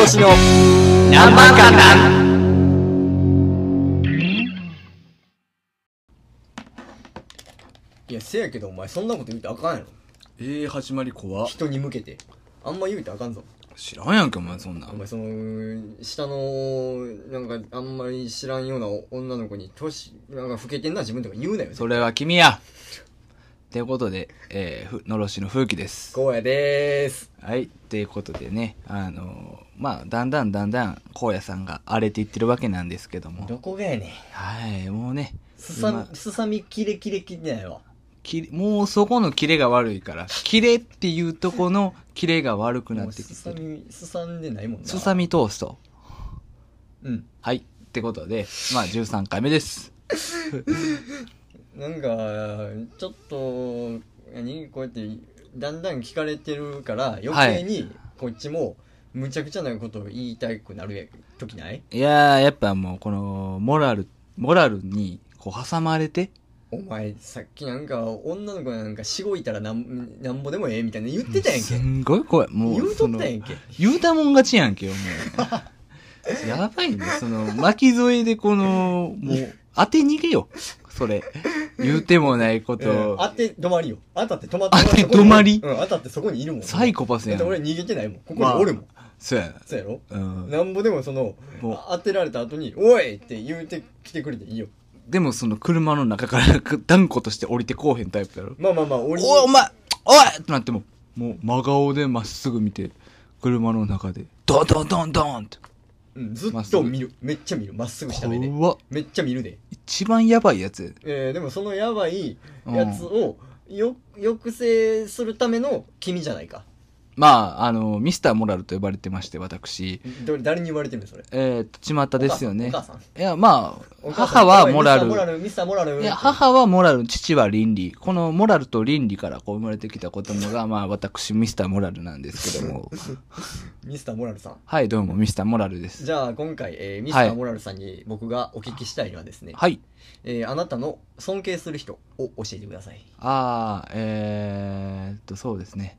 ろしの生かな。いや、せやけどお前そんなこと言うてあかんやろ。 始まり怖っ。 人に向けてあんま言うてあかんぞ。 知らんやんけお前そんなん。 お前その下のなんかあんまり知らんような女の子になんか老けてんな自分とか言うなよ。 それは君や。ということで、のろしの風紀です。 荒野でーす。 はい。ということでね、まあ、だんだん荒野さんが荒れていってるわけなんですけども。 どこがやねん。 はい、もうね。 すさみキレキレきないわ。 もうそこのキレが悪いから、キレっていうとこのキレが悪くなってきてる。 すさんでないもんな。 すさみトースト。 うん。 はい。ってことで、まあ13回目です。 なんか、ちょっと、こうやって、だんだん聞かれてるから、余計に、こっちも、むちゃくちゃなことを言いたくなる時ない？ いやー、やっぱもう、この、モラルに、こう、挟まれて。 お前、さっきなんか、女の子なんか、しごいたらなんぼでもええみたいな言ってたやんけ。 すんごい怖い。もう、 言うとったやんけ。 言うたもん勝ちやんけよ、もう。やばいね。巻き添えでこの、もう、当て逃げよ。それ。言うてもないことを。 当て止まりよ。当たって止まって。 当て止まり？ うん、当たってそこにいるもん。 サイコパスやん。 だって俺逃げてないもん。ここにおるもん。 そうやな。 そうやろ？ うん。 なんぼでも当てられた後に、おいって言うてきてくれていいよ。 でも車の中から断固として降りてこうへんタイプやろ。 まあ、 お前おいってなっても、もう真顔でまっすぐ見て、車の中で、ドンドンドンドンって。 うん、ずっと見る。めっちゃ見る。まっすぐした目で。めっちゃ見るで。 一番やばいやつ。 でもそのやばいやつを、抑制するための君じゃないか。 まあ、ミスターモラルと呼ばれてまして、私。 誰に言われてるのそれ。 巷ですよね。 お母さん。 いや、まあ、母はモラル。 ミスターモラル。 いや、母はモラル、父は倫理。このモラルと倫理からこう生まれてきた子供が、まあ、私、ミスターモラルなんですけども。 ミスターモラルさん。 はい、どうも、ミスターモラルです。 じゃあ、今回、ミスターモラルさんに僕がお聞きしたいのはですね。 はい。 あなたの尊敬する人を教えてください。 そうですね。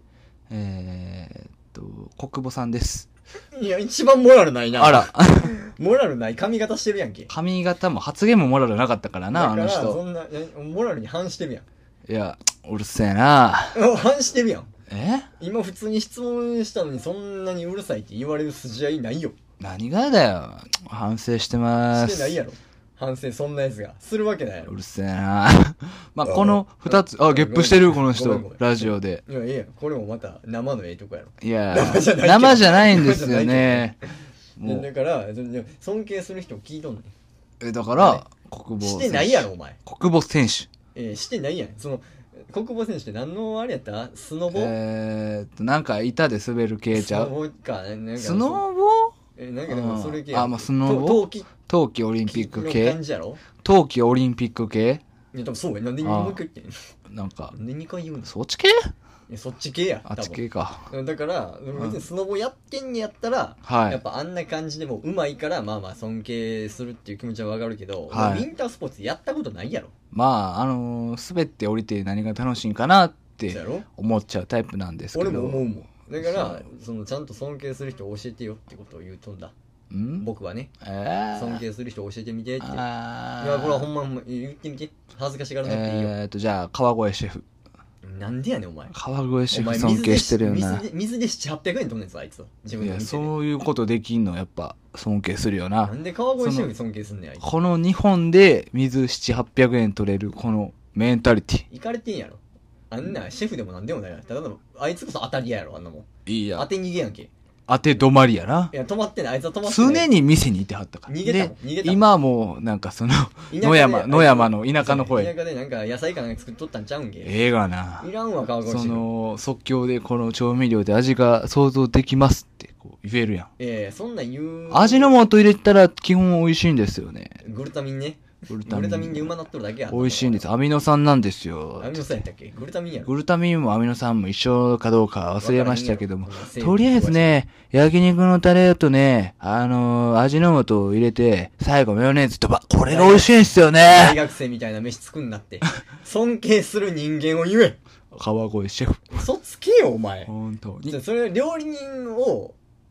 国母さんです。 いや、一番モラルないな。 あら。 モラルない髪型してるやんけ。 髪型も発言もモラルなかったからな、あの人。 そんな、モラルに反してるやん。 いや、うるせえな。 反してるやん。 今普通に質問したのにそんなにうるさいって言われる筋合いないよ。 何がだよ。反省してまーす。 してないやろ。反省そんなやつが。するわけないやろ。 うるせえな。まあ、この二つ、ゲップしてるこの人、ラジオで。 いや、いや、これもまた生のええとこやろ。 いや、生じゃないんですよね。 だから、尊敬する人を聞いとんねん。だから、国母。 してないやろ、お前。 国母選手。 してないやん。国母選手って何のあれやったスノボ？ なんか板で滑る系ちゃう？ スノボか。 スノボ？ なんかでもそれ系。 まあ、スノボ？冬季オリンピック系？冬季オリンピック系？ いや、多分そうや。なんでもう一回言ってんの？ なんか。 なんで2回言うの？ そっち系？ そっち系や。 あっち系か。 だから、別にスノボやってんねやったら、やっぱあんな感じでも上手いから、まあまあ尊敬するっていう気持ちはわかるけど、ウィンタースポーツやったことないやろ。 まあ、滑って降りて何が楽しいんかなって思っちゃうタイプなんですけど。 俺も思うもん。だから、ちゃんと尊敬する人を教えてよってことを言うとんだ。僕はね、尊敬する人を教えてみてって。いや、これはほんま言ってみて。恥ずかしがらなくていいよ。 じゃあ、川越シェフ。 なんでやねん、お前。 川越シェフ尊敬してるよな。 水で7、800円とんねんぞ、あいつ。自分で見て。 そういうことできんの、やっぱ、尊敬するよな。 なんで川越シェフ尊敬すんねん、あいつ。 この日本で水7、800円取れる、このメンタリティ。 行かれてんやろ。あんな、シェフでもなんでもないやろ。ただの、あいつこそ当たり屋やろ、あんなもん。 いいや。 当て逃げやんけ。 当て止まりやな。 いや、止まってない。あいつは止まってない。 常に店にいてはったから。 逃げたもん。逃げた。 今はもう、なんか野山の田舎の声。 田舎でなんか野菜かなんか作っとったんちゃうんけ。 ええがな。 いらんわ、川越シェフ。 即興でこの調味料で味が想像できますってこう言えるやん。 そんなん言う。 味の素入れたら基本美味しいんですよね。 グルタミンね。グルタミンで馬なっとるだけや。 美味しいんです。アミノ酸なんですよ。 アミノ酸やったっけ？グルタミンやろ。 グルタミンもアミノ酸も一緒かどうか忘れましたけども。とりあえずね、焼肉のタレとね、味の素を入れて、最後マヨネーズとこれが美味しいんですよね。 大学生みたいな飯作んなって。尊敬する人間を言え。 川越シェフ。 嘘つけよ、お前。 本当に。 それ、料理人を、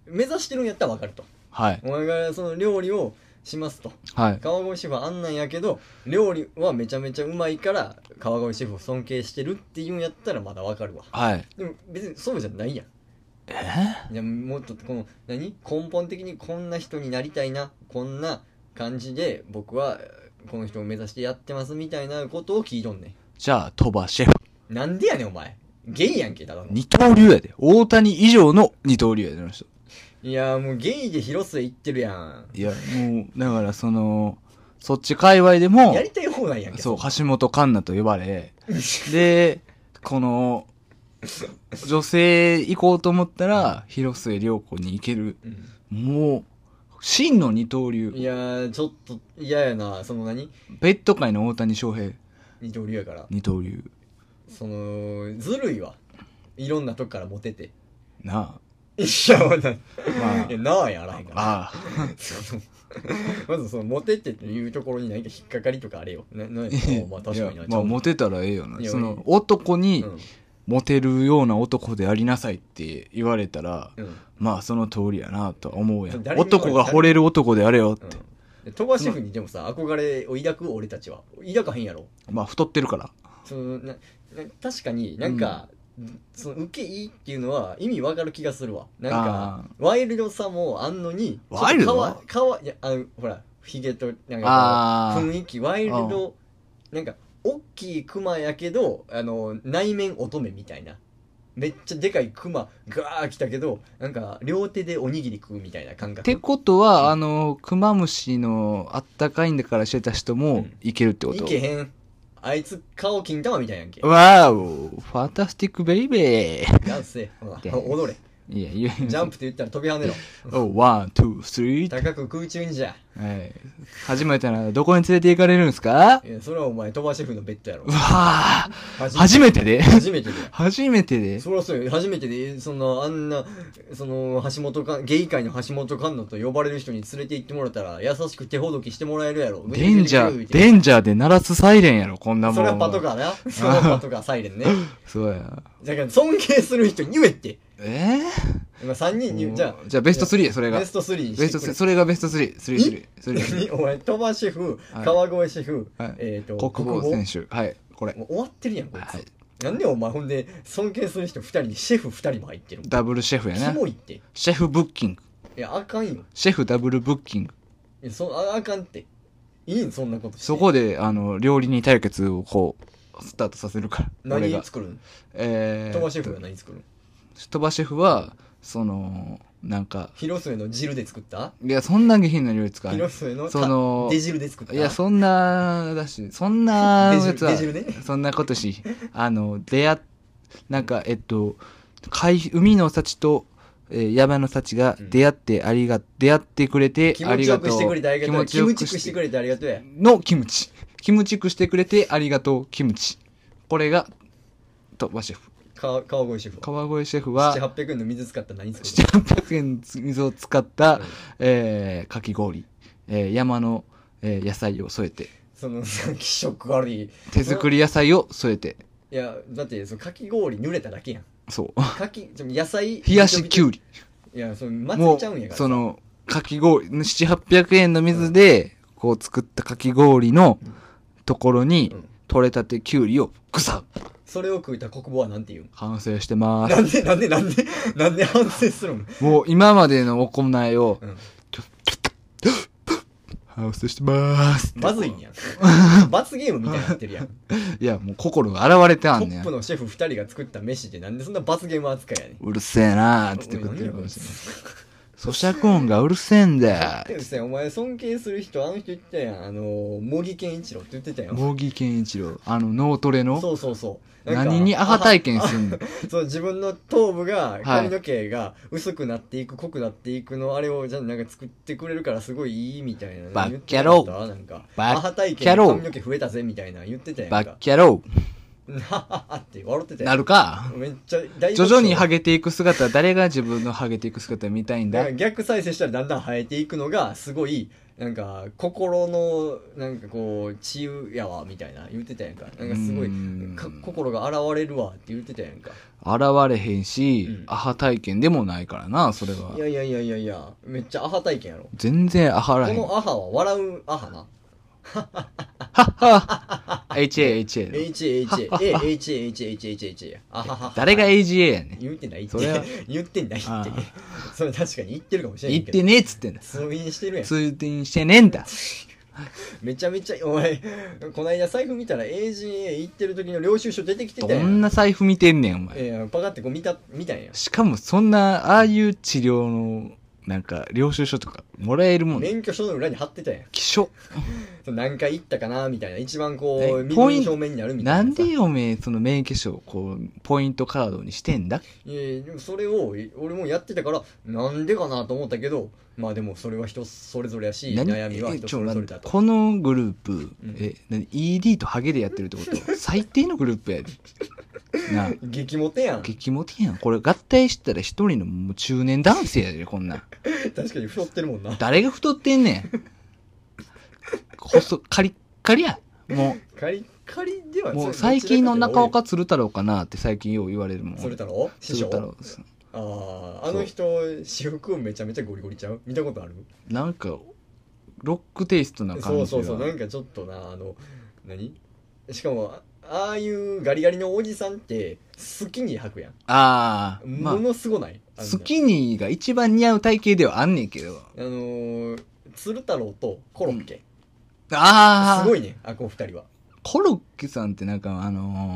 目指してるんやったら分かると。 はい。 お前がその料理をしますと。 はい。 川越シェフはあんなんやけど、料理はめちゃめちゃうまいから、川越シェフを尊敬してるっていうんやったらまだ分かるわ。 はい。 でも別にそうじゃないやん。いや、もっとこの、根本的にこんな人になりたいな、こんな感じで僕はこの人を目指してやってますみたいなことを聞いとんねん。 じゃあ、鳥羽シェフ。 なんでやねんお前。ゲイやんけ、ただの。 二刀流やで。大谷以上の二刀流やで、あの人。 いや、もうゲイで広末行ってるやん。 いや、もう、だからそっち界隈でも、 やりたい放題やんけ。 そう、橋本環奈と呼ばれ、で、この、女性行こうと思ったら、広末涼子に行ける。もう、真の二刀流。 いやー、ちょっと嫌やな。 ベッド界の大谷翔平。 二刀流やから。 二刀流。 ずるいわ。いろんなとこからモテて。 なあ。 いや、まあ、 まあ、 いや、なあやあらへんから。 ああ。 まずモテてっていうところに何か引っかかりとかあれよ。まあ確かにな。 まあ、モテたらええよな。 いや男に、モテるような男でありなさいって言われたら、まあその通りやなとは思うやん。男が惚れる男であれよって。 鳥羽シェフにでもさ、憧れを抱く俺たちは。抱かへんやろ。 まあ太ってるから。 確かになんか、受けいいっていうのは意味わかる気がするわ。なんか、ワイルドさもあんのに、 ワイルドいや、ほら、ヒゲと、なんか雰囲気、ワイルド、なんか、大きいクマやけど、内面乙女みたいな。めっちゃでかいクマガー来たけど、なんか、両手でおにぎり食うみたいな感覚。 ってことは、クマムシのあったかいんだからしてた人もいけるってこと、 いけへん。あいつ顔金玉みたいやんけ。 わーお、ファンタスティックベイベー。 ダンス踊れ。 いや、 ジャンプって言ったら飛び跳ねろ。 お、ワン、ツー、スリー。 高く空中にじゃ。 はい。初めてならどこに連れて行かれるんですか？ いや、それはお前、鳥羽シェフのベッドやろ。 うわぁ。初めてで初めてで。 初めてで。 そりゃそうよ。初めてで、あんな、ゲイ界の橋本環奈と呼ばれる人に連れて行ってもらったら、優しく手ほどきしてもらえるやろ。 デンジャーで鳴らすサイレンやろ、こんなもん。 それはパトカーだよ。それはパトカー、サイレンね。 そうや。 だから、尊敬する人に言えって。今3人に、 じゃあベスト3、それが。 ベスト3にしてくれ。それがベスト3。3。 お前、鳥羽シェフ、川越シェフ、 国保選手。はい、これ。 もう終わってるやん、こいつ。なんでお前、ほんで、尊敬する人2人にシェフ2人も入ってる。 ダブルシェフやね。 キモいって。 シェフブッキング。 いや、あかんよ。 シェフダブルブッキング。 いや、あかんって。いいん、そんなことして。 そこで、料理人対決をスタートさせるから。 何作るん？鳥羽シェフが何作るん？ 鳥羽シェフは、なんか。 広末の汁で作った？ いや、そんな下品な料理使う。 広末の出汁で作った？ いや、そんなやつは、 出汁ね。 そんなことし、なんか、海の幸と、山の幸が出会ってくれてありがとう。 気持ちよくしてくれてありがとうや。 のキムチ。キムチくしてくれてありがとう、キムチ。これが、鳥羽シェフ。 川越シェフ。 川越シェフは、 700、800円の水使った何作る？ 700、800円の水を使った、かき氷。山の、野菜を添えて。 気色悪い。 手作り野菜を添えて。 いや、だって、かき氷濡れただけやん。 そう。 野菜。 冷やしきゅうり。 いや、祭っちゃうんやから。 かき氷、7、800円の水で、作ったかき氷のところに、取れたてきゅうりをぐさっ。 それを食いた国母はなんて言う？ 反省してまーす。 なんで反省するの？ もう今までの行いを、反省してまーす。 まずいんやん。罰ゲームみたいになってるやん。 いや、もう心が現れてあんねん。 トップのシェフ2人が作った飯ってなんでそんな罰ゲーム扱いやねん。 うるせえなーって言ってるかもしれない。咀嚼音がうるせえんだよ。 お前尊敬する人、あの人言ってたやん。茂木健一郎って言ってたよ。 茂木健一郎。脳トレの？ そう。 何にアハ体験すんの？ そう、自分の頭部が、髪の毛が薄くなっていく、濃くなっていくの、あれを、なんか作ってくれるからすごいいいみたいな。 バッキャロー。 なんか、アハ体験で髪の毛増えたぜみたいな言ってたやんか。 バッキャロー。 はははって笑ってたよ。 なるか。 めっちゃ大徐々にハゲていく姿、誰が自分のハゲていく姿見たいんだ。 逆再生したらだんだん生えていくのがすごいなんか心のなんかこう治癒やわみたいな言ってたやんか。なんかすごい心が現れるわって言ってたやんか。 現れへんし、アハ体験でもないからな、それは。 いやめっちゃアハ体験やろ。 全然アハらへん。 このアハは笑うアハな。 はっは HA。 HA。 誰が AGA やねん。 言ってないって。 それは言ってないって。それ確かに言ってるかもしれないけど。 言ってねえっつってんだ。 通院してるやん。 通院してねえんだ。 めちゃめちゃ、お前、こないだ財布見たら AGA 行ってる時の領収書出てきてたやん。 どんな財布見てんねん、お前。 パカってこう見たんや。 しかもそんな、ああいう治療の、なんか、領収書とか、もらえるもん。 免許証の裏に貼ってたやん。 希少。 何回行ったかなみたいな。一番こう、右の正面になるみたいな。 なんでおめえ、その免許証をこう、ポイントカードにしてんだ？ でもそれを、俺もやってたから、なんでかなと思ったけど、まあでもそれは人それぞれやし、悩みは人それぞれだと。 このグループ、ED とハゲでやってるってこと最低のグループやで。なあ。 激モテやん。 激モテやん。これ合体したら一人のもう中年男性やで、こんなん。 確かに太ってるもんな。 誰が太ってんねん。カリッカリや。もう。カリッカリではもう最近の中岡鶴太郎かなって最近よう言われるもん。 鶴太郎鶴太郎。 あの人、私服めちゃめちゃゴリゴリちゃう見たことある？ なんか、ロックテイストな感じ。 そう、なんかちょっとな、何しかも、ああいうガリガリのおじさんってスキニー履くやん。 ああ、 ものすごない、 スキニーが一番似合う体型ではあんねんけど。 鶴太郎とコロッケ。 ああ。 すごいね、この二人は。 コロッケさんってなんか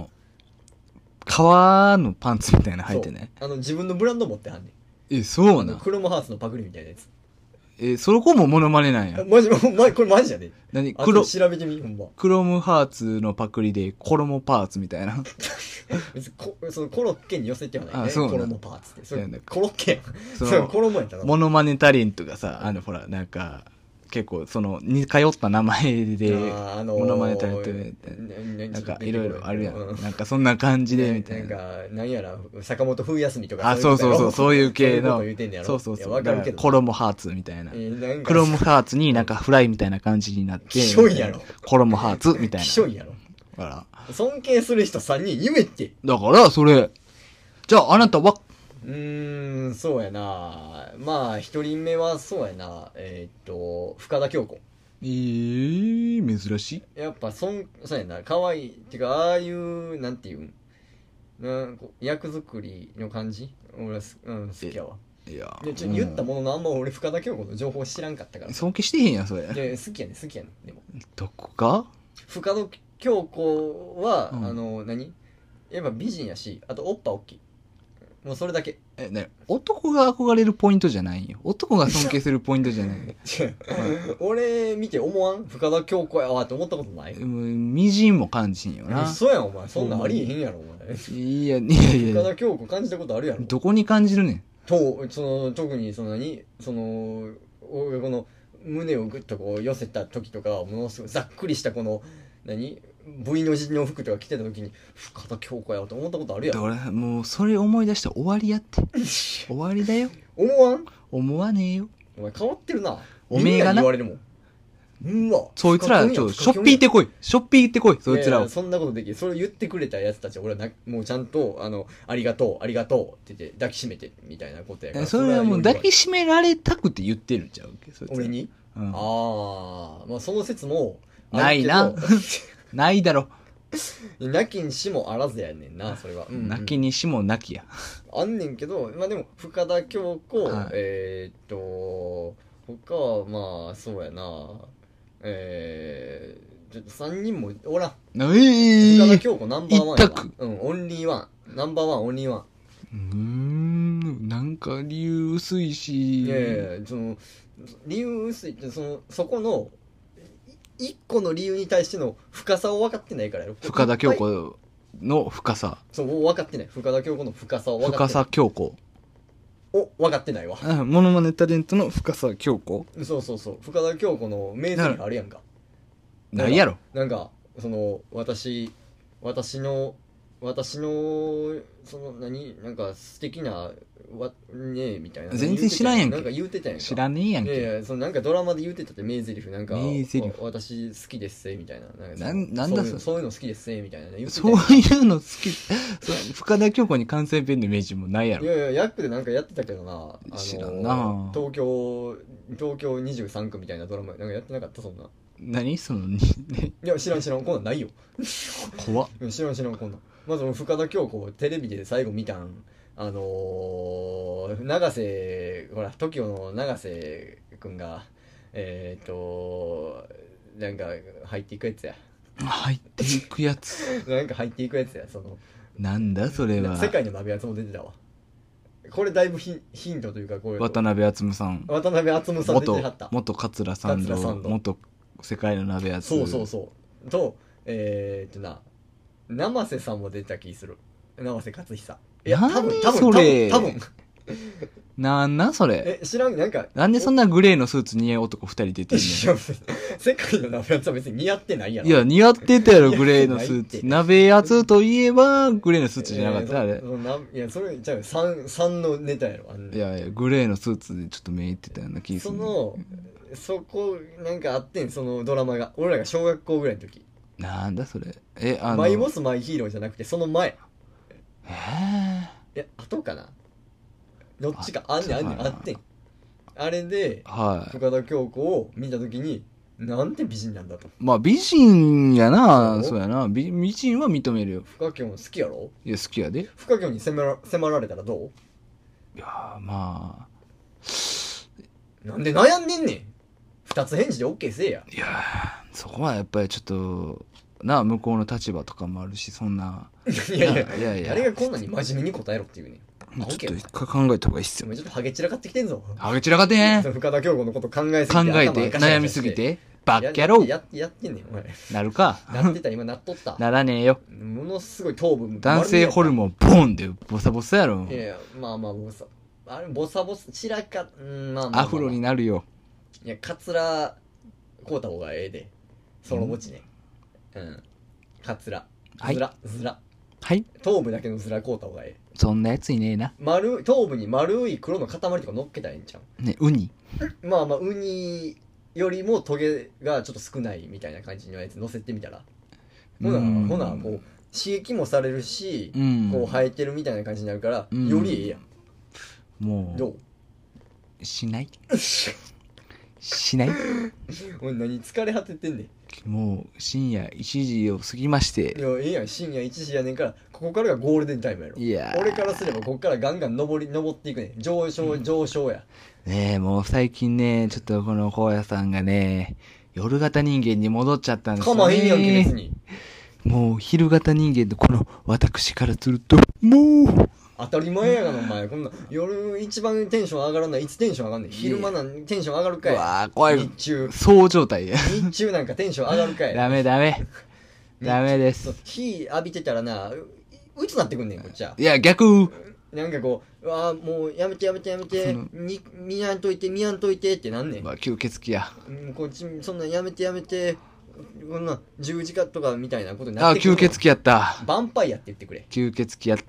革のパンツみたいなの履いてね。 自分のブランド持ってはんねん。そうな。 クロムハーツのパクリみたいなやつ。 それこもモノマネなんや。 これマジやで。調べてみ、ほんま。 クロムハーツのパクリで、コロモパーツみたいな。 別にそのコロッケに寄せてはないね。 そうコロモパーツって。それコロッケやん。それコロモやったな。 モノマネタレントがさ、ほら、なんか、結構、似通った名前で、モノマネタレントで、なんか、いろいろあるやん。なんか、そんな感じで、みたいな。 なんか、なんやら、坂本冬休みとか。 そういう系の。 そう。 わかるけど。コロモハーツみたいな。クロムハーツになんかフライみたいな感じになって。 きしょいやろ。 コロモハーツみたいな。 きしょいやろ。尊敬する人3人言えって。 だから、それ。じゃあ、あなたは？ そうやな。まあ、一人目はそうやな。深田恭子。 珍しい。やっぱ、そうやな。可愛い。てか、ああいう、なんていうん役作りの感じ俺は好きやわ。いや。言ったもののあんま俺深田恭子の情報知らんかったから。 尊敬してへんやん、それ。 好きやね。でも。 どこか深田恭子は、何やっぱ美人やし、あとおっぱ大きい。もうそれだけ。 男が憧れるポイントじゃないよ。男が尊敬するポイントじゃない。 俺見て思わん深田恭子やわって思ったことない？ みじんも感じんよな。 そうやんお前。そんなんありえへんやろお前。 いや。 深田恭子感じたことあるやろ。 どこに感じるねん。 特にこの胸をグッとこう寄せた時とかものすごいざっくりしたこのV の字の服とか着てた時に深田恭子やと思ったことあるやん。 俺もうそれ思い出したら終わりやって。終わりだよ。 思わねえよ。 お前変わってるな。 おめえがな。 言われるもん。 そいつらしょっぴーってこい。そいつらを。 そんなことできる。それを言ってくれたやつたちは俺はもうちゃんとありがとうって言って抱きしめてみたいなことやから。 それはもう抱きしめられたくて言ってるんちゃう？ 俺に？まあその説もないな。ないだろ。 なきにしもあらずやねんな、それは。 なきにしもなきや。 あんねんけど、まあでも、深田恭子、他はまあ、そうやな。ちょっと3人もおらん。深田恭子ナンバーワンやな。オンリーワン。ナンバーワン、オンリーワン。 なんか理由薄いし。 いや理由薄いって、そこの、一個の理由に対しての深さを分かってないからやろ。 深田恭子の深さ。 そう、分かってない。深田恭子の深さを分かってない。 深さ恭子。 分かってないわ。 モノマネタレントの深さ恭子。 そう。深田恭子の名台詞あるやんか。 ないやろ。 なんか、私、 私のそのなんか素敵なねえみたいな全然知らんやんけ。 なんか言うてたやんか。 知らねえやんけ。 いやいや、そのなんかドラマで言うてたって名台詞なんか名台詞私好きですみたいななんだそういうの好きですみたいな言ってたそういうの好き深田恭子に関西弁のイメージもないやろ。 いやいや役でなんかやってたけどな、 知らんな。 東京23区みたいなドラマなんかやってなかったそんな。 何そのいや知らんこんなんないよ怖っ。 知らんこんなん。まず深田恭子テレビで最後見たん永瀬ほら TOKIO の永瀬くんがなんか入っていくやつや入っていくやつなんか入っていくやつやなんだそれは。 世界の鍋やつも出てたわ。これだいぶヒントというかこれ渡辺篤さん出てはった。 元桂さんの元世界の鍋やつ。 そうと生瀬さんも出た気する。生瀬勝久。いや多分なんそれ。 知らん。 なんでそんなグレーのスーツ似合う男2人出てんの。 世界の鍋やつは別に似合ってないやろ。 いや似合ってたやろグレーのスーツ。鍋やつといえばグレーのスーツじゃなかったあれ。 いやそれじゃあ3のネタやろ。 いやグレーのスーツでちょっと目いってたような気する。 そこなんかあってんそのドラマが俺らが小学校ぐらいの時。 なんだそれ。 マイボスマイヒーローじゃなくてその前。後かなどっちかあってん。あれで、深田恭子を見たときになんて美人なんだと。 まあ美人やな。そうやな。美人は認めるよ。 深京好きやろ。 いや好きやで。 深京に迫られたらどう。 いやまあなんで悩んでんねん。二つ返事で OK せえや。 いやそこはやっぱりちょっとな向こうの立場とかもあるしそんな。 いや誰がこんなに真面目に答えろっていうね。 ちょっと考えた方がいいっすよ。 ちょっとハゲ散らかってきてんぞ。 ハゲ散らかってん。 深田恭子のこと考えて悩みすぎてバッキャローやってんねんお前。 なるか。 なってた今なっとった。 ならねえよ。 ものすごい頭部男性ホルモンボンでボサボサやろ。 いやまああれボサ散らかアフロになるよ。 いやカツラこうた方がええでその墓地ね。カツラずらはい頭部だけのずらこうた方がええ。 そんなやついねえな。 頭部に丸い黒の塊とか乗っけたらええんちゃう。 ねウニまあウニよりもトゲがちょっと少ないみたいな感じのやつ乗せてみたらほなこう刺激もされるし、こう生えてるみたいな感じになるから、よりええやん。 もうどうしないしないおい何疲れ果ててんねん。 もう深夜1時を過ぎまして。 いやええやん深夜1時やねんからここからがゴールデンタイムやろ。 いや俺からすればここからガンガン登っていくねん。上昇やねえもう最近ねちょっとこの荒野さんがね夜型人間に戻っちゃったんですよね。 かまへんやんけ別に。 もう昼型人間のこの私からするともう当たり前やがなお前。こんな夜一番テンション上がらない。いつテンション上がんねん。昼間なんテンション上がるかい。 うわ怖い。 日中そう状態や。 日中なんかテンション上がるかい。 ダメです。 火浴びてたらなうつなってくんねんこっちは。 いや逆なんかこうもうやめて見やんといてってなんねん。 吸血鬼や。 こっちそんなんやめてこんな十字架とかみたいなことになってくる。 吸血鬼やった。 ヴァンパイアって言ってくれ。 吸血鬼やった。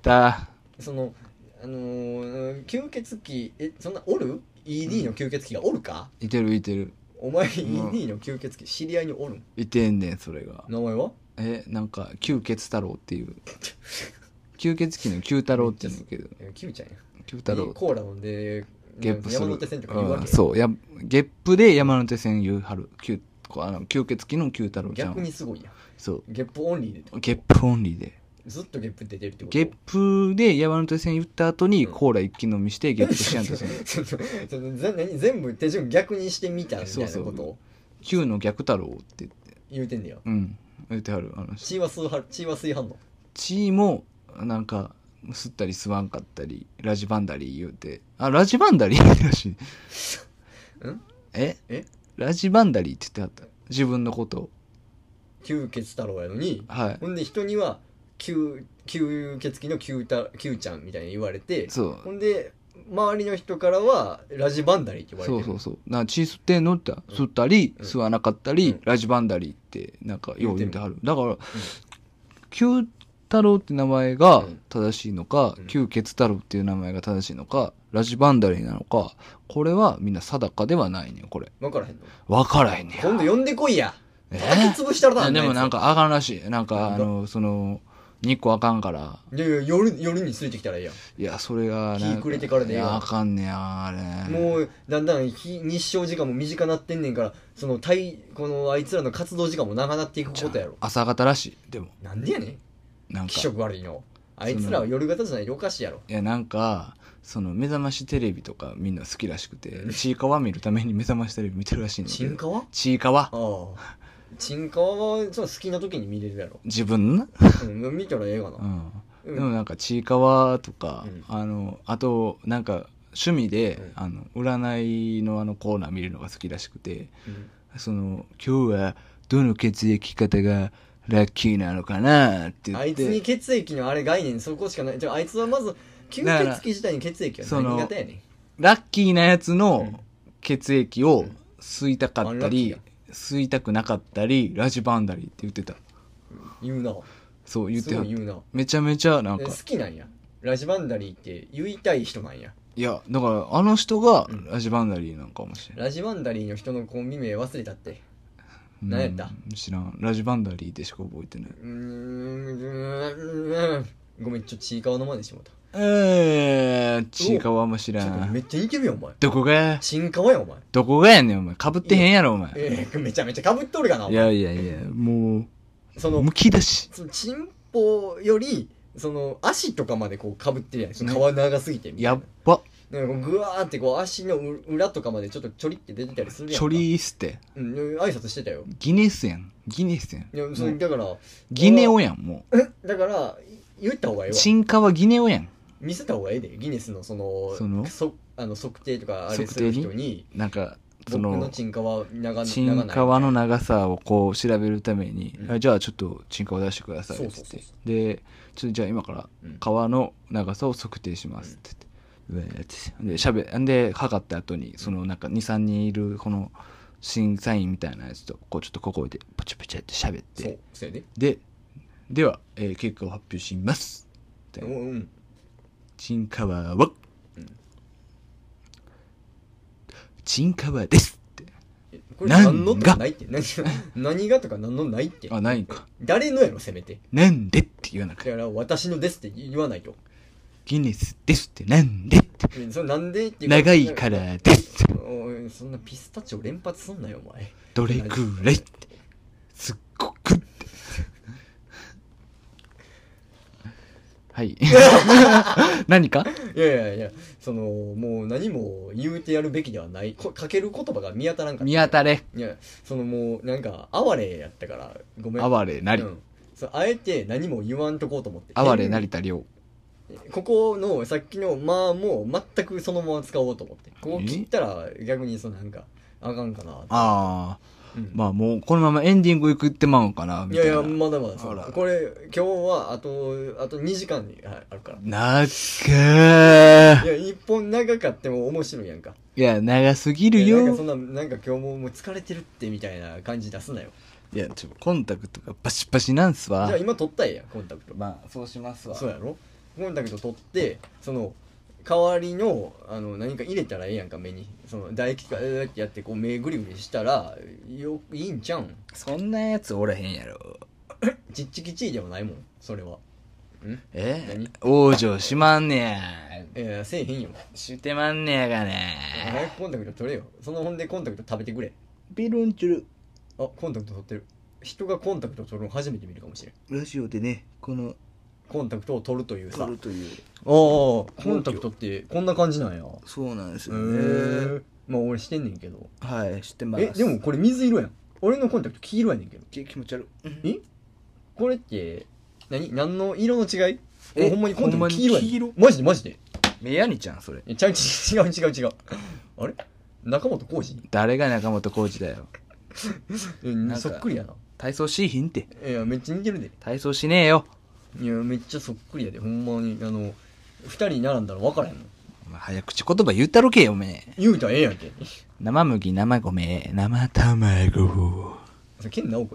その吸血鬼そんなおる ?ED の吸血鬼がおるか。 いてる。 お前 ED の吸血鬼知り合いにおるん。 いてんねんそれが。 名前はなんか吸血太郎っていう吸血鬼の九太郎って言うんだけど。 キュウちゃんや。 九太郎コーラ飲んでゲップする。 山手線とか言うわけ。 そうゲップで山手線言うはる。吸血鬼の九太郎ちゃん。 逆にすごいや。 そうゲップオンリーで。 ゲップオンリーでずっとゲップ出てるってこと。 ゲップで山手線言った後にコーラ一気飲みしてゲップしやんとする。 全部手順逆にしてみたみたいなことを。 9の逆太郎って言うてんねや。 言うてはる。 血は吸いはんの。血もなんか吸ったり吸わんかったりラジバンダリー言うてラジバンダリーらしい。ラジバンダリーって言ってはった自分のことを。 吸血太郎やのに、ほんで人には吸血鬼のキュウちゃんみたいに言われて、ほんで周りの人からはラジバンダリーって言われてる。 そうな血吸ってんのって吸ったり、吸わなかったり、ラジバンダリーってなんかよう言うてはる。だから、 旧太郎って名前が正しいのか、旧ケツ太郎っていう名前が正しいのか、ラジバンダリーなのか、これはみんな定かではないねん、これ。 分からへんの？ 分からへんねん。 今度呼んでこいや。叩き潰したらな。 でもなんかあかんらしい。なんか日光あかんから。 いやいや、夜に連れてきたらええやん。 いや、それが日暮れてからでええやん。 あかんねや、あれ。 もう、だんだん日照時間も短なってんねんから、あいつらの活動時間も長なっていくことやろ。 朝方らしい、でも。 なんでやねん。なんか。気色悪いの。あいつらは夜型じゃないとおかしいやろ。 いや、なんか、目覚ましテレビとかみんな好きらしくて、ちいかわ見るために目覚ましテレビ見てるらしいんだけど。 ちんかわ？ ちいかわ。 ああ。チンカワは好きな時に見れるやろ。 自分な、 見たらええがな。 でもなんかちいかわとか、あとなんか趣味で、占いのコーナー見るのが好きらしくて、今日はどの血液型がラッキーなのかなって言って、 あいつに血液のあれ概念そこしかない。あいつはまず吸血鬼自体に血液は何型やねん。 ラッキーなやつの血液を吸いたかったり、吸いたくなかったり、ラジバンダリーって言ってた。 言うな。 そう言ってた。 言うな。 めちゃめちゃなんか。 好きなんや。ラジバンダリーって言いたい人なんや。 いや、だからあの人がラジバンダリーなんかもしれない。 ラジバンダリーの人のコンビ名忘れたって。何やった？ 知らん。ラジバンダリーでしか覚えてない。 ごめん、ちいかわの真似してもらった。 ちいかわも知らん。 めっちゃ似てるやん、お前。 どこが？ ちんかわやん、お前。 どこがやねん、お前。被ってへんやろ、お前。 めちゃめちゃ被っとるがな、お前。いや、もう、むき出し。 チンポより、足とかまで被ってるやん。皮長すぎて。 やっば。 ぐわーって足の裏とかまでちょっとちょりって出てたりするやん。 ちょりーすって。 挨拶してたよ。 ギネスやん。いや、だから。 ギネオやん、もう。だから、言った方がええわ。 進化はギネオやん。 見せた方がええで。ギネスの測定とかあれする人に。 なんか、 僕のチンカワチンカワの長さをこう調べるために、じゃあちょっとチンカワ出してくださいって言って。で、じゃあ今から皮の長さを測定しますって言って。で、測った後に、なんか2、3人いるこの審査員みたいなやつと、こうちょっとここでパチパチって喋って。では、結果を発表します。チンカワは、チンカワですって。 これ何のとかないって。何がとか何のないって。 あ、ないんか。 誰のやろ、せめて。 なんでって言わなくて。 だから、私のですって言わないと。 ギネスですってなんでって。 それなんでって長いからですって。 そんなピスタチオ連発すんなよ、お前。 どれくらいって。すっごくって。はい。何か？ いや、もう何も言うてやるべきではない。かける言葉が見当たらんから。 見当たれ。 いや、もう、なんか、哀れやったから、ごめん。 哀れなり。 あえて何も言わんとこうと思って。 哀れ成田亮。 ここの、さっきの、まあもう、全くそのまま使おうと思って。ここ切ったら、逆になんか、あかんかな。 ああ。まあもうこのままエンディングいくってまうんかなみたいな。 いやまだまだこれ今日はあと2時間あるから。 長いや一本長かっても面白いやんか。 いや長すぎるよ。 なんか今日もう疲れてるってみたいな感じ出すなよ。 いやコンタクトがバシバシなんすわ。 じゃあ今取ったらええやんコンタクト。 まあそうしますわ。 そうやろ。コンタクト取って代わりの何か入れたらええやんか目に唾液とかってやってこう目グリグリしたらいいんちゃうん。 そんなやつおらへんやろ。 ちっちきちいでもないもんそれは。 何往生しまんねや。いやせえへんよ。 してまんねやがね。 早くコンタクト取れよ。ほんでコンタクト食べてくれ。 ビルンチュル。 あコンタクト取ってる。人がコンタクト取るの初めて見るかもしれん。 ラジオでねこのコンタクトを取るというさ。 取るという。 コンタクトってこんな感じなんや。 そうなんですよね。 まあ俺してんねんけど。 はいしてます。 でもこれ水色やん。俺のコンタクト黄色やねんけど。 気持ち悪い。これって何の色の違い？ほんまにコンタクト黄色やん。マジで。 目やにちゃんそれ。 違う。あれ？中本浩二？ 誰が中本浩二だよ。 そっくりやな。 体操しいひんって。 いやめっちゃ似てるで。 体操しねえよ。 いやめっちゃそっくりやでほんまに2人並んだら分からへんの。 早口言葉言ったろけよおめえ。 言うたらええやんけ。 生麦生米生卵。 それ健直子やん。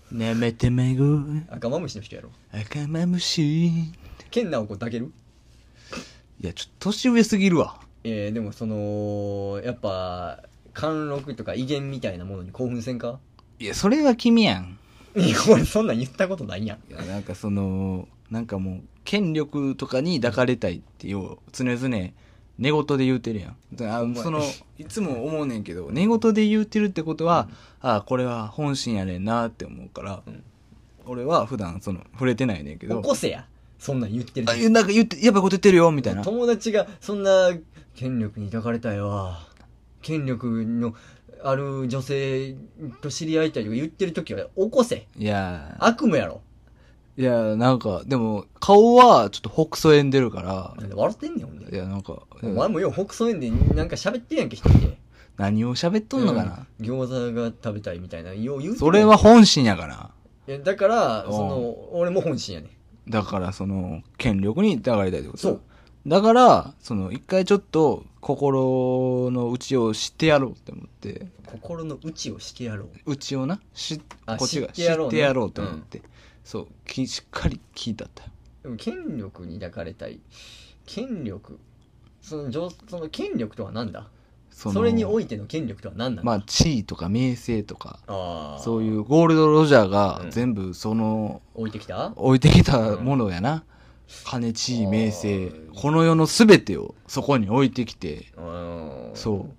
舐めてめぐ赤マムシの人やろ。 赤マムシ。 健直子抱ける？ いや、ちょっと年上すぎるわ。 でもその、やっぱ、貫禄とか威厳みたいなものに興奮せんか？ いや、それは君やん。 いや、俺そんなん言ったことないやん。 いや、なんかその、なんかもう、権力とかに抱かれたいってよう、常々、寝言で言うてるやん。その、いつも思うねんけど、寝言で言うてるってことは、これは本心やねんなって思うから、俺は普段、触れてないねんけど。 起こせや。そんなん言ってる。 なんかやばいこと言ってるよ、みたいな。 友達が、そんな、権力に抱かれたいわ。権力のある女性と知り合いたいとか言ってるときは、起こせ。 いや悪夢やろ。 いや、なんか、でも、顔はちょっとほくそ笑んでるから。 なんで笑ってんねん、ほんで。 いや、なんか。 お前もようほくそ笑んで、なんか喋ってんやんけ、一人で。 何を喋っとんのかな、 餃子が食べたいみたいな、よう言うてん。 それは本心やから。 いや、だから、俺も本心やねん。 だから、権力に抱かれたいってこと。 そう。 だから、一回ちょっと、心の内を知ってやろうって思って。 心の内をしてやろう。 内をな、こっちが知ってやろうと思って。そう、しっかり聞いたったよ。 でも権力に抱かれたい。権力。その権力とは何だ？それにおいての権力とは何なんだ？ まあ、地位とか名声とか、そういうゴールド・ロジャーが全部置いてきたものやな。金、地位、名声。この世のすべてをそこに置いてきて。そう。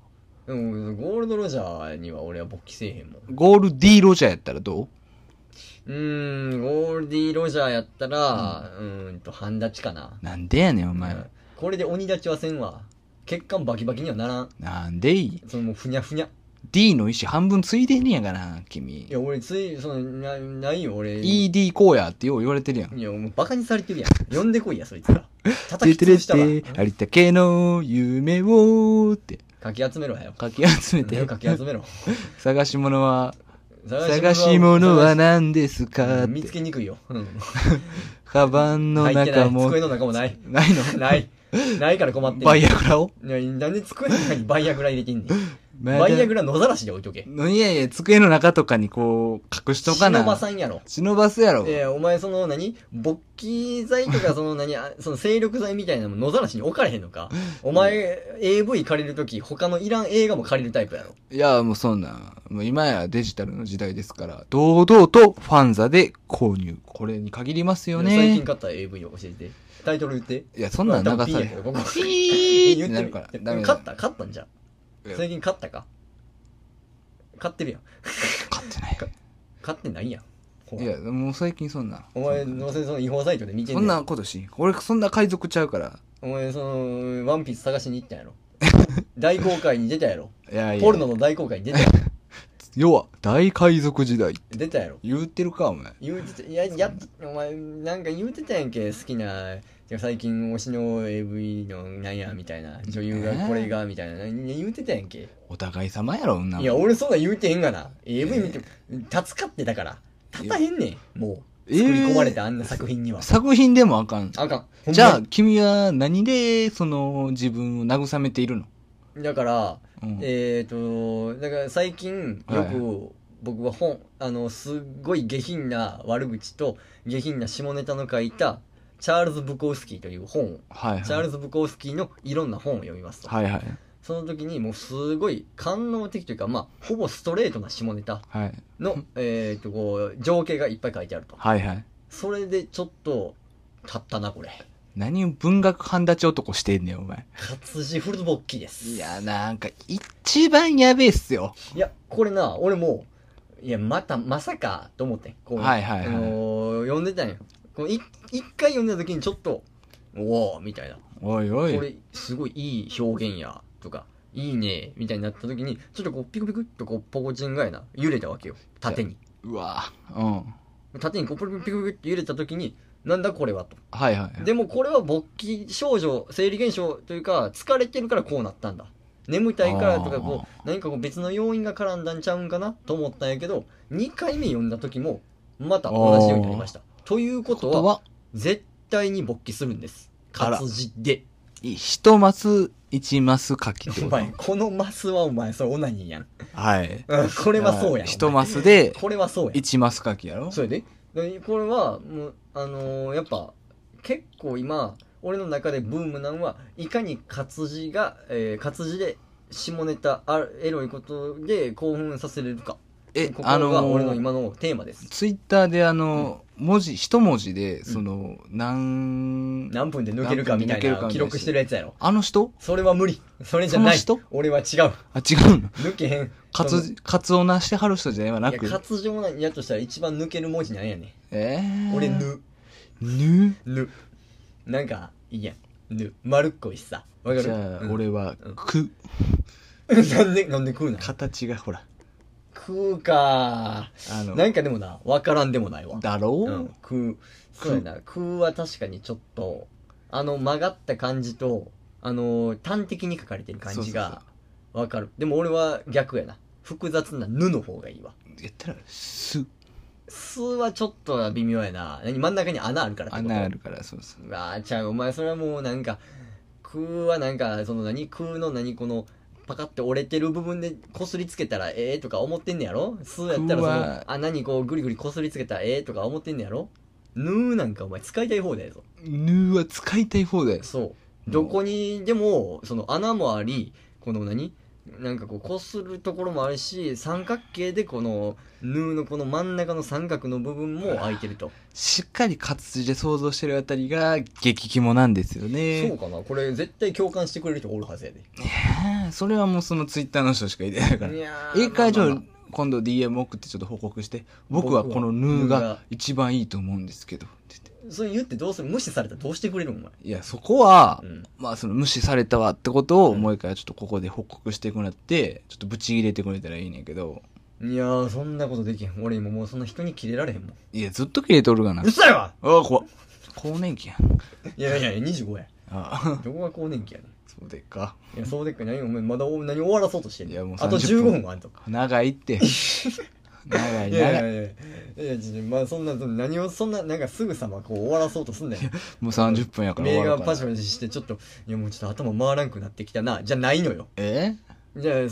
でも、ゴールド・ロジャーには俺は勃起せえへんもん。 ゴール D ロジャーやったらどう？ ゴールディ・ロジャーやったら、半立ちかな。 なんでやねん、お前。 これで鬼立ちはせんわ。血管バキバキにはならん。 なんでいい？ もうふにゃふにゃ。 D の意思半分ついでんねやがな、君。 いや、俺ないよ、俺。 ED こうやってよう言われてるやん。 いや、もうバカにされてるやん。呼んでこいや、そいつら。叩き潰したわ。 ありったけの夢をって。 かき集めろよ。 かき集めて。 かき集めろ。 探し物は何ですかって。 見つけにくいよ。 カバンの中も。 机の中もない。 ないの？ ないから困ってん。 バイアグラを？ いや、なんで机の中にバイアグラ入れてんねん。バイアグラ野ざらしで置いとけ。 いやいや、机の中とかにこう、隠しとかな。 忍ばさんやろ。 忍ばすやろ。 お前勃起剤とか精力剤みたいなの野ざらしに置かれへんのか。お前、AV 借りるとき、他のいらん映画も借りるタイプやろ。 いや、もうそんな、もう今やデジタルの時代ですから、堂々とファンザで購入。これに限りますよね。 最近買った AV を教えて。タイトル言って。 いや、そんなん流されへん。 ピーってなるから。 買ったんじゃ。最近買ったか？買ってるやん。 買ってない。 買ってないやん。 いや、もう最近そんな。 お前、どうせ違法サイトで見てんねん。 そんなことし。俺、そんな海賊ちゃうから。 お前、ワンピース探しに行ったんやろ。大公開に出たやろ。 いやいや。 ポルノの大公開に出たやろ。 要は、大海賊時代。 出たやろ。 言うてるか、お前。 言うてた、お前、なんか言うてたやんけ、好きな、最近推しの AV のなんや、みたいな。女優がこれが、みたいな。言うてたやんけ。 お互い様やろ、 いや、俺そんな言うてへんがな。AV 見て、立つかってだから。立たへんねん、もう。作り込まれたあんな作品には。 作品でもあかん。 あかん。じゃあ、君は何で、自分を慰めているの？ だから、だから最近、よく、僕はすっごい下品な悪口と下品な下ネタの書いた、チャールズ・ブコウスキーという本を、チャールズ・ブコウスキーのいろんな本を読みますと。その時にもうすごい官能的というか、ほぼストレートな下ネタの、情景がいっぱい書いてあると。それでちょっと、立ったな、これ。 何を文学半立ち男してんねん、お前。 活字フルボッキーです。 いや、なんか、一番やべえっすよ。 いや、これな、俺も、いや、まさか、と思って。読んでたんよ。一回読んだ時にちょっと、おーみたいな。 おいおい。 これ、すごいいい表現や、とか、いいね、みたいになった時に、ちょっとピクピクっとポコチンがやな、揺れたわけよ。縦に。 うわ縦にピクピクって揺れた時に、なんだこれはと。 はい。 でもこれは勃起症状、生理現象というか、疲れてるからこうなったんだ。眠たいからとか、何か別の要因が絡んだんちゃうんかなと思ったんやけど、2回目読んだ時も、また同じようになりました。ということは、絶対に勃起するんです。活字で。 一マス、一マス書きってこと。 お前、このマスはお前、それオナニーやん。 はい。 これはそうやん。 一マスで、 これはそうやん。 一マス書きやろ。 それでこれは、もう、やっぱ、結構今、俺の中でブームなんは、いかに活字で下ネタ、エロいことで興奮させれるか。ここが俺の今のテーマです。 ツイッターで文字、一文字で、何分で抜けるかみたいな記録してるやつやろ。 あの人それは無理。それじゃない。 その人俺は違う。 あ、違うの抜けへん。 カツオなしてはる人じゃなく。 いや、活字をやとしたら一番抜ける文字なんやねん。俺、ぬ。なんか、いいやん。ぬ。丸っこいしさ。わかる？ じゃあ、俺は、く。 なんで食うの？ 形がほら。 食うかなんかでもな、わからんでもないわ。 だろう？ 食う。そうやな。食うは確かにちょっと、曲がった感じと、端的に書かれてる感じが、わかる。でも俺は逆やな。複雑なぬの方がいいわ。 言ったら、す。 すはちょっと微妙やな。真ん中に穴あるからってこと？ 穴あるから、そうそう。 ちゃう、お前それはもうなんか、空はなんか、空のこの、パカって折れてる部分でこすりつけたらええとか思ってんねやろ？すやったらその、穴にこうグリグリこすりつけたらええとか思ってんねやろ？ぬーなんかお前使いたい方だよぞ。 ぬーは使いたい方だよ。 そう。どこにでも、その穴もあり、このなんかこするところもあるし、三角形でこの、ヌーのこの真ん中の三角の部分も空いてると。 しっかり活字で想像してるあたりが激肝なんですよね。 そうかな？これ絶対共感してくれる人おるはずやで。 それはもうそのツイッターの人しかいてないから。会長、今度 DM 送ってちょっと報告して、僕はこのヌーが一番いいと思うんですけど。 そう言ってどうする？無視されたらどうしてくれるのお前。 いや、そこは、まあその無視されたわってことをもう一回ちょっとここで報告してくれて、ちょっとブチ切れてくれたらいいねんけど。 いやー、そんなことできへん。俺今もうそんな人に切れられへんもん。 いや、ずっと切れとるがな。 うるさいわ！ ああ、怖っ。更年期やん。 いや、25や。 ああ。どこが更年期やねん。 そうでっか。 いや、そうでっか。何お前まだ何終わらそうとしてんの？ いや、もうあと15分はあんとか。 長いって。長い。 いや、まあそんな、何をそんな、なんかすぐさまこう終わらそうとすんだよ。 もう30分やから終わるから。目がパチパチして、ちょっと、いやもうちょっと頭回らんくなってきたな。じゃないのよ。じゃあ、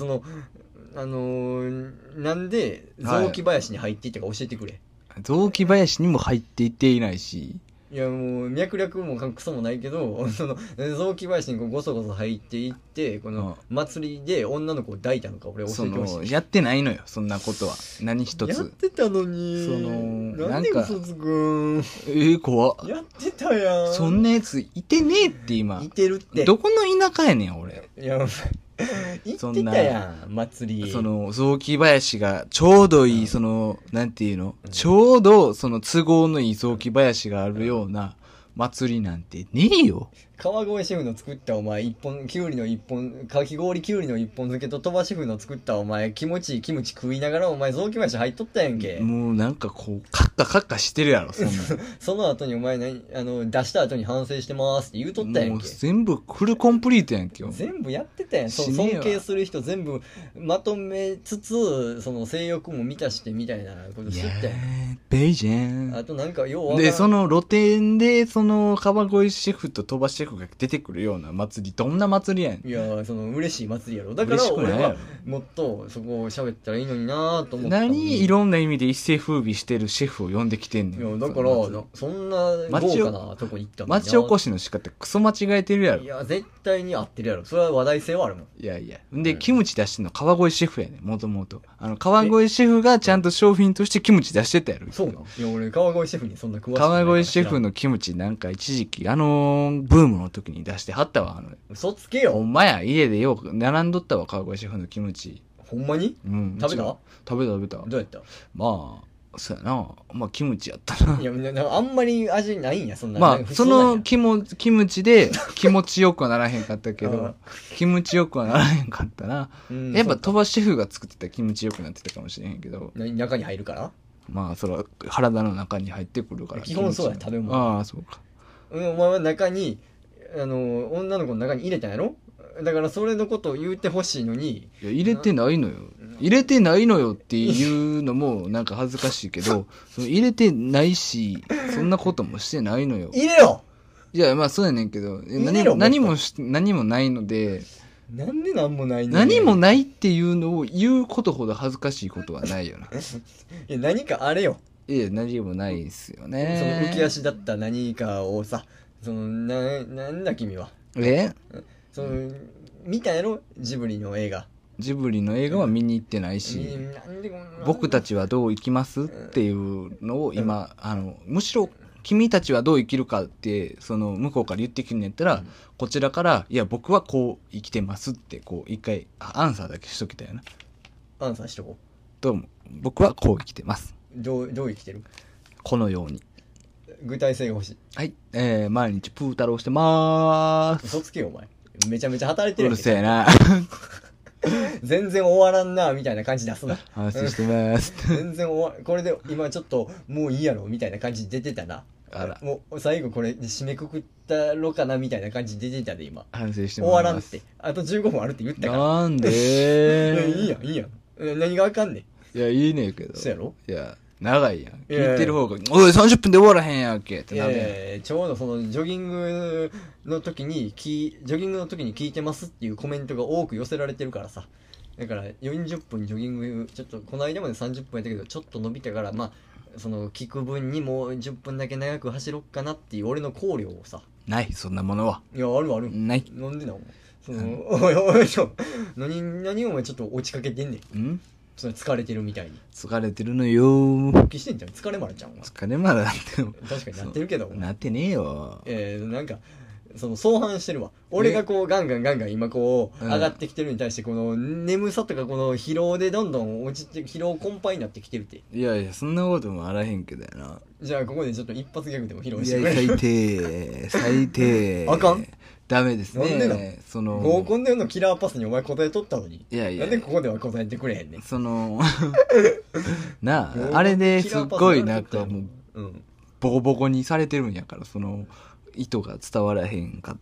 なんで、雑木林に入っていったか教えてくれ。 雑木林にも入っていっていないし。 いやもう脈略もクソもないけど、雑木林にこうゴソゴソ入っていって、この祭りで女の子を抱いたのか俺教えてほしい。 やってないのよ、そんなことは。何一つ。 やってたのに。なんで嘘つくん？ 怖っ。 やってたやん。 そんなやついてねえって今。 いてるって。 どこの田舎やねん、俺。 いや、行ってたやん、祭り。 雑木林が、ちょうどいい、なんていうの、ちょうど、都合のいい雑木林があるような祭りなんてねえよ。 川越シェフの作ったお前、きゅうりの一本、かき氷きゅうりの一本漬けと鳥羽シェフの作ったお前、気持ちいいキムチ食いながらお前、雑木林入っとったやんけ。 もうなんかこう、カッカカッカしてるやろ、そんな。 その後にお前、出した後に反省してますって言うとったやんけ。もう全部フルコンプリートやんけ。 全部やってたやん。尊敬する人全部まとめつつ、性欲も満たしてみたいなことしてたやん。 ベイジェン。 あとなんか、要は。 で、露店で、川越シェフと鳥羽シェフが出てくるような祭り、どんな祭りやん。 いや、嬉しい祭りやろ。だから俺は、もっとそこを喋ったらいいのになぁと思った。 何いろんな意味で一世風靡してるシェフを呼んできてんねん。 いや、だから、そんな豪華なとこに行ったのに。 町おこしの仕方クソ間違えてるやろ。 いや、絶対に合ってるやろ。それは話題性はあるもん。 いやいや。で、キムチ出してんの川越シェフやねん、もともと。川越シェフがちゃんと商品としてキムチ出してたやろ。 そうなの？いや、俺、川越シェフにそんな詳しい。 川越シェフのキムチなんか一時期、ブームの時に出してはったわ、 嘘つけよ。 ほんまや、家でよく並んどったわ、川越シェフのキムチ。 ほんまに？ うん。 食べた。 どうやった？ まあ、そうやな。まあ、キムチやったな。 いや、あんまり味ないんや、そんな。 まあ、そのキムチで気持ちよくはならへんかったけど、気持ちよくはならへんかったな。やっぱ鳥羽シェフが作ってたら気持ちよくなってたかもしれへんけど。 中に入るから？ まあ、それは体の中に入ってくるから。 基本そうや、食べ物。 ああ、そうか。 お前は中に、女の子の中に入れたんやろ？だからそれのことを言ってほしいのに。 いや、入れてないのよ。入れてないのよっていうのもなんか恥ずかしいけど、入れてないし、そんなこともしてないのよ。 入れろ！ いや、まあそうやねんけど、 見ろ何もないので、 なんでなんもないねん。 何もないっていうのを言うことほど恥ずかしいことはないよな。 いや、何かあれよ。 いや、何もないですよそのね。 浮き足だった何かをさ、なんだ君は。 えその、見たやろジブリの映画。 ジブリの映画は見に行ってないし、 なんでこんな僕たちはどう生きますっていうのを今、むしろ君たちはどう生きるかってその向こうから言ってきるんやったら、こちらからいや僕はこう生きてますってこう一回アンサーだけしときたよな。 アンサーしとこどうも僕はこう生きてます。 う。どう生きてる？ このように。 具体性が欲しい。 はい、毎日プー太郎してまーす。 嘘つけよ、お前。めちゃめちゃ働いてるやんけ。 うるせえな。 全然終わらんな、みたいな感じ出すな。 話してます。 全然これで今ちょっともういいやろ、みたいな感じ出てたな。 あら、 もう最後これで締めくくったろかな、みたいな感じ出てたで、今。 反省して終ます。 わらんって。あと15分あるって言ったから。 なんでいいやん、いいやん。何があかんねん。 いや、いいねんけど。 そうやろ？ いや、長いやん。 いやいや聞いてる方が、おい、30分で終わらへんやんけっていやいなるやん。 やいやちょうどそのジョギングの時に聞いてますっていうコメントが多く寄せられてるからさ。だから40分ジョギング、ちょっとこの間まで30分やったけど、ちょっと伸びたから、まあ、その聞く分にもう10分だけ長く走ろっかなっていう俺の考慮をさ。 ない、そんなものは。 いや、あるある。 ない。 なんでな、お前。その、おいおい、何お前ちょっと落ちかけてんねん。 んその疲れてるみたいに。 疲れてるのよー。 復帰してんじゃん。疲れまらちゃんは。 疲れまだなっても。 確かになってるけど。 なってねえよ。 なんか、その相反してるわ。俺がこうガンガン今こううん上がってきてるに対してこの眠さとかこの疲労でどんどん落ちて疲労困憊になってきてるって。 いやいや、そんなこともあらへんけどやな。 じゃあここでちょっと一発ギャグでも披露いや、 してくれ。 最低。最低。 あかん？ ダメですなんでなね。その、 合コンでのキラーパスにお前答えとったのに。 いやいやなんでここでは答えてくれへんねん。 その、なあ、あれですっごいなんかもう、 うん。 ボコボコにされてるんやから、その、意図が伝わらへんかって、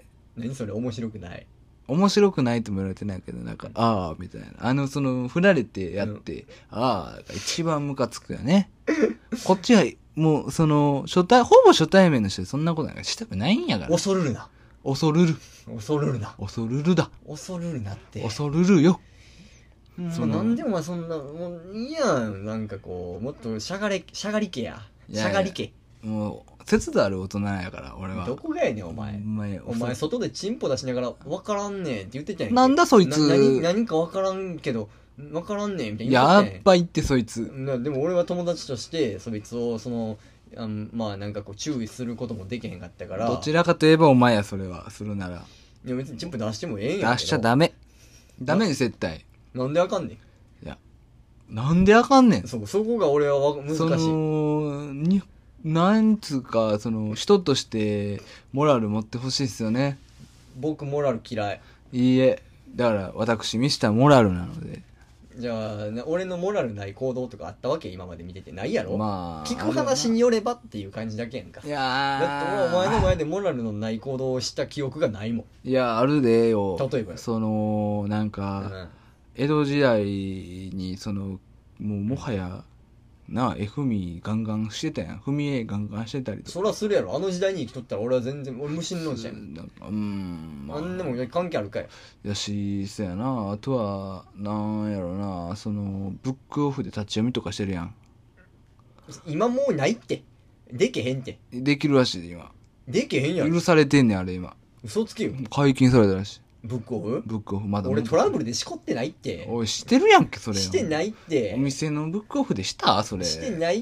何それ面白くない。 面白くないとも言われてないけど、なんか、ああ、みたいな。その、振られてやって、ああ、が一番ムカつくよね。こっちは、もう、その、ほぼ初対面の人でそんなことなんかしたくないんやから。 恐るるな。 恐るる。 恐るるな。 恐るるだ。 恐るるなって。 恐るるよ。 もうなんでお前そんな、もういいやん。なんかこう、もっとしゃがりけや。しゃがりけ。 もう、節度ある大人やから、俺は。 どこがやねん、お前。お前、外でチンポ出しながら、わからんねんって言ってたやんけ。 なんだそいつ。 何かわからんけど、わからんねんみたいな言やってたやん。 っぱ言ってそいつ。 でも俺は友達として、そいつを、まあなんかこう注意することもできへんかったから。 どちらかといえばお前や、それは。するなら。 いや別にチンポ出してもええんやけど。 出しちゃダメ。ダメに絶対。 なんであかんねん。 いや、なんであかんねん。 そこが俺は難しい。 その、なんつうか、その、人として、モラル持ってほしいっすよね。 僕モラル嫌い。 いいえ。だから、私、ミスターモラルなので。 じゃあ、俺のモラルない行動とかあったわけ今まで見ててないやろ。 まあ。 聞く話によればっていう感じだけやんか。 いやだって俺お前の前でモラルのない行動をした記憶がないもん。 いや、あるでよ。 例えばよ。 その、なんか、江戸時代に、その、もはや、F ミガンガンしてたやん。踏み絵ガンガンしてたりとか。 そらするやろ。あの時代に生きとったら俺は全然、俺無心論者やん。 なんかまあんでも関係あるかよ。 やし、そやな。あとは、なんやろな。その、ブックオフで立ち読みとかしてるやん。 今もうないって。でけへんって。 できるらしいで、今。 でけへんやろ。 許されてんねん、あれ今。 嘘つけよ。 解禁されたらしい。 ブックオフブックオフ、まだ。 俺トラブルでしこってないって。 おい、してるやんけ、それ。 してないって。 お店のブックオフでしたそれ。 してないって。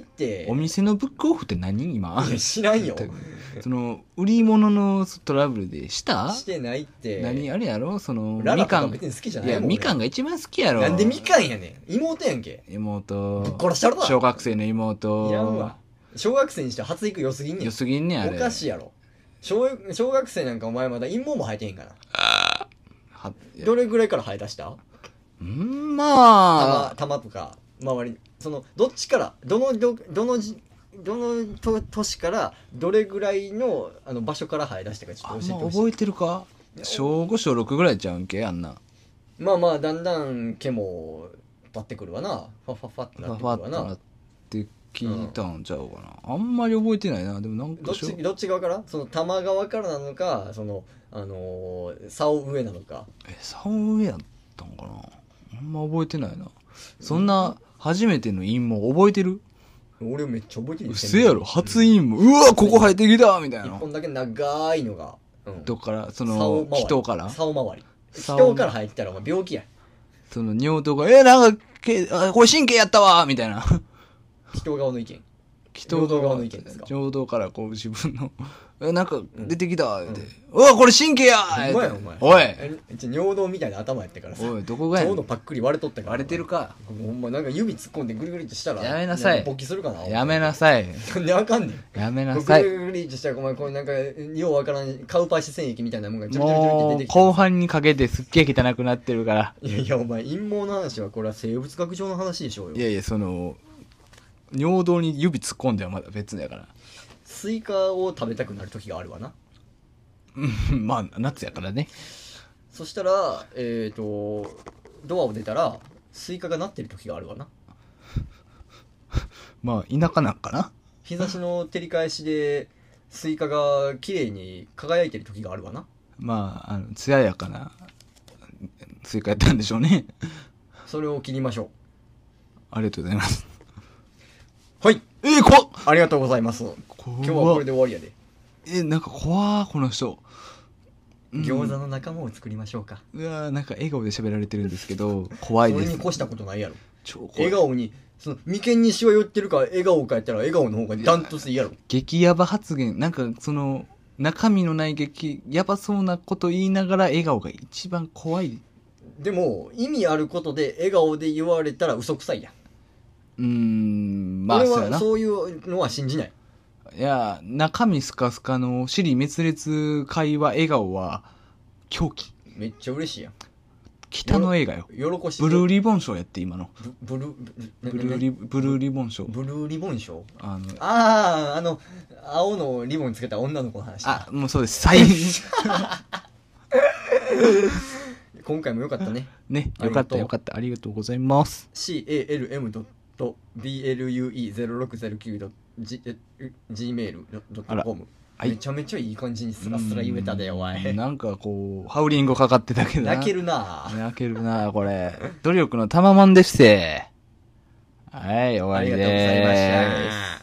お店のブックオフって何今。 いや、知らんよ。 その、売り物のトラブルでしたしてないって。 何あれやろその、 ララとか別に好きじゃないもん。 いや、みかんが一番好きやろ。 なんでみかんやねん。妹やんけ。 妹。 ぶっ殺したろだ。 小学生の妹。 いらんわ。小学生にして発育良すぎんねん。 良すぎんねん、あれ。 おかしいやろ。小学生なんかお前まだ陰謀も生えてへんから。どれぐらいから生え出した？ まあ。 玉とか、周り。どっちから、どの年から、どれぐらいの、場所から生え出したかちょっと教えてほしい。 覚えてるか？小5、小6ぐらいちゃうんけあんな。 まあまあ、だんだん毛も立ってくるわな。ファってなってくるわな。 って聞いたんちゃうかな。あんまり覚えてないな。でもなんかどっち側からその玉側からなのか、その、竿上なのか。 竿上やったんかな。あんま覚えてないな。そんな、初めての陰謀覚えてる？ 俺めっちゃ覚えてる。 うせやろ、初陰謀。うわ、ここ生えてきたみたいな。 一本だけ長いのが。 どっから、その、人から？ 竿回り。人から生えてたらお前病気や。 その尿道が、なんか、これ神経やったわみたいな。 人側の意見。 尿道側の意見ですか？ 尿道からこう自分の、なんか出てきたって。うわ、これ神経やお前お前。 おい尿道みたいな頭やってからさ。 おい、どこがやちょうどパックリ割れとったから。 割れてるか。 ほんまなんか指突っ込んでグリグリってしたら。 やめなさい。 勃起するかな。 やめなさい。 なんであかんねん。 やめなさい。 グリグリってしたらお前これなんか、ようわからん、カウパイシ染液みたいなもんがちょろちょろって出てきて。後半にかけてすっげえ汚くなってるから。 いやいや、お前陰謀の話はこれは生物学上の話でしょうよ。 いやいや、その、尿道に指突っ込んではまだ別だから。 スイカを食べたくなる時があるわな。 まあ、夏やからね。 そしたら、ドアを出たら、スイカが鳴ってる時があるわな。 まあ、田舎なんかな。 日差しの照り返しで、スイカが綺麗に輝いてる時があるわな。 まあ、艶やかな、スイカやったんでしょうね。 それを切りましょう。 ありがとうございます。 はい。 怖っ。 ありがとうございます。今日はこれで終わりやで。 なんか怖ー、この人。 餃子の仲間を作りましょうか。 うわー、なんか笑顔で喋られてるんですけど、怖いです。 それに越したことないやろ。 超怖い。 笑顔に、その、眉間にしわ寄ってるか、笑顔かやったら笑顔の方がダントツいいやろ。 激ヤバ発言、なんかその、中身のない激ヤバそうなこと言いながら笑顔が一番怖い。 でも、意味あることで笑顔で言われたら嘘くさいやん。 まあ、 俺はそういうのは信じない。 いや、中身スカスカの尻滅裂会話笑顔は狂気。 めっちゃ嬉しいやん。 北の映画よ。 喜しブルーリボン賞やって今の。 ブルーリボン賞。 ブルーリボン賞。 青のリボンつけた女の子の話。 もうそうです。 今回もよかったね。 ね、よかった。ありがとうございます。 calm.blue0609.gmail.com。めちゃめちゃいい感じにスラスラ言えたで、お前。 なんかこう、ハウリングかかってたけどな。 泣けるなこれ。努力の賜物でして。はい、終わりでーす。 ありがとうございました。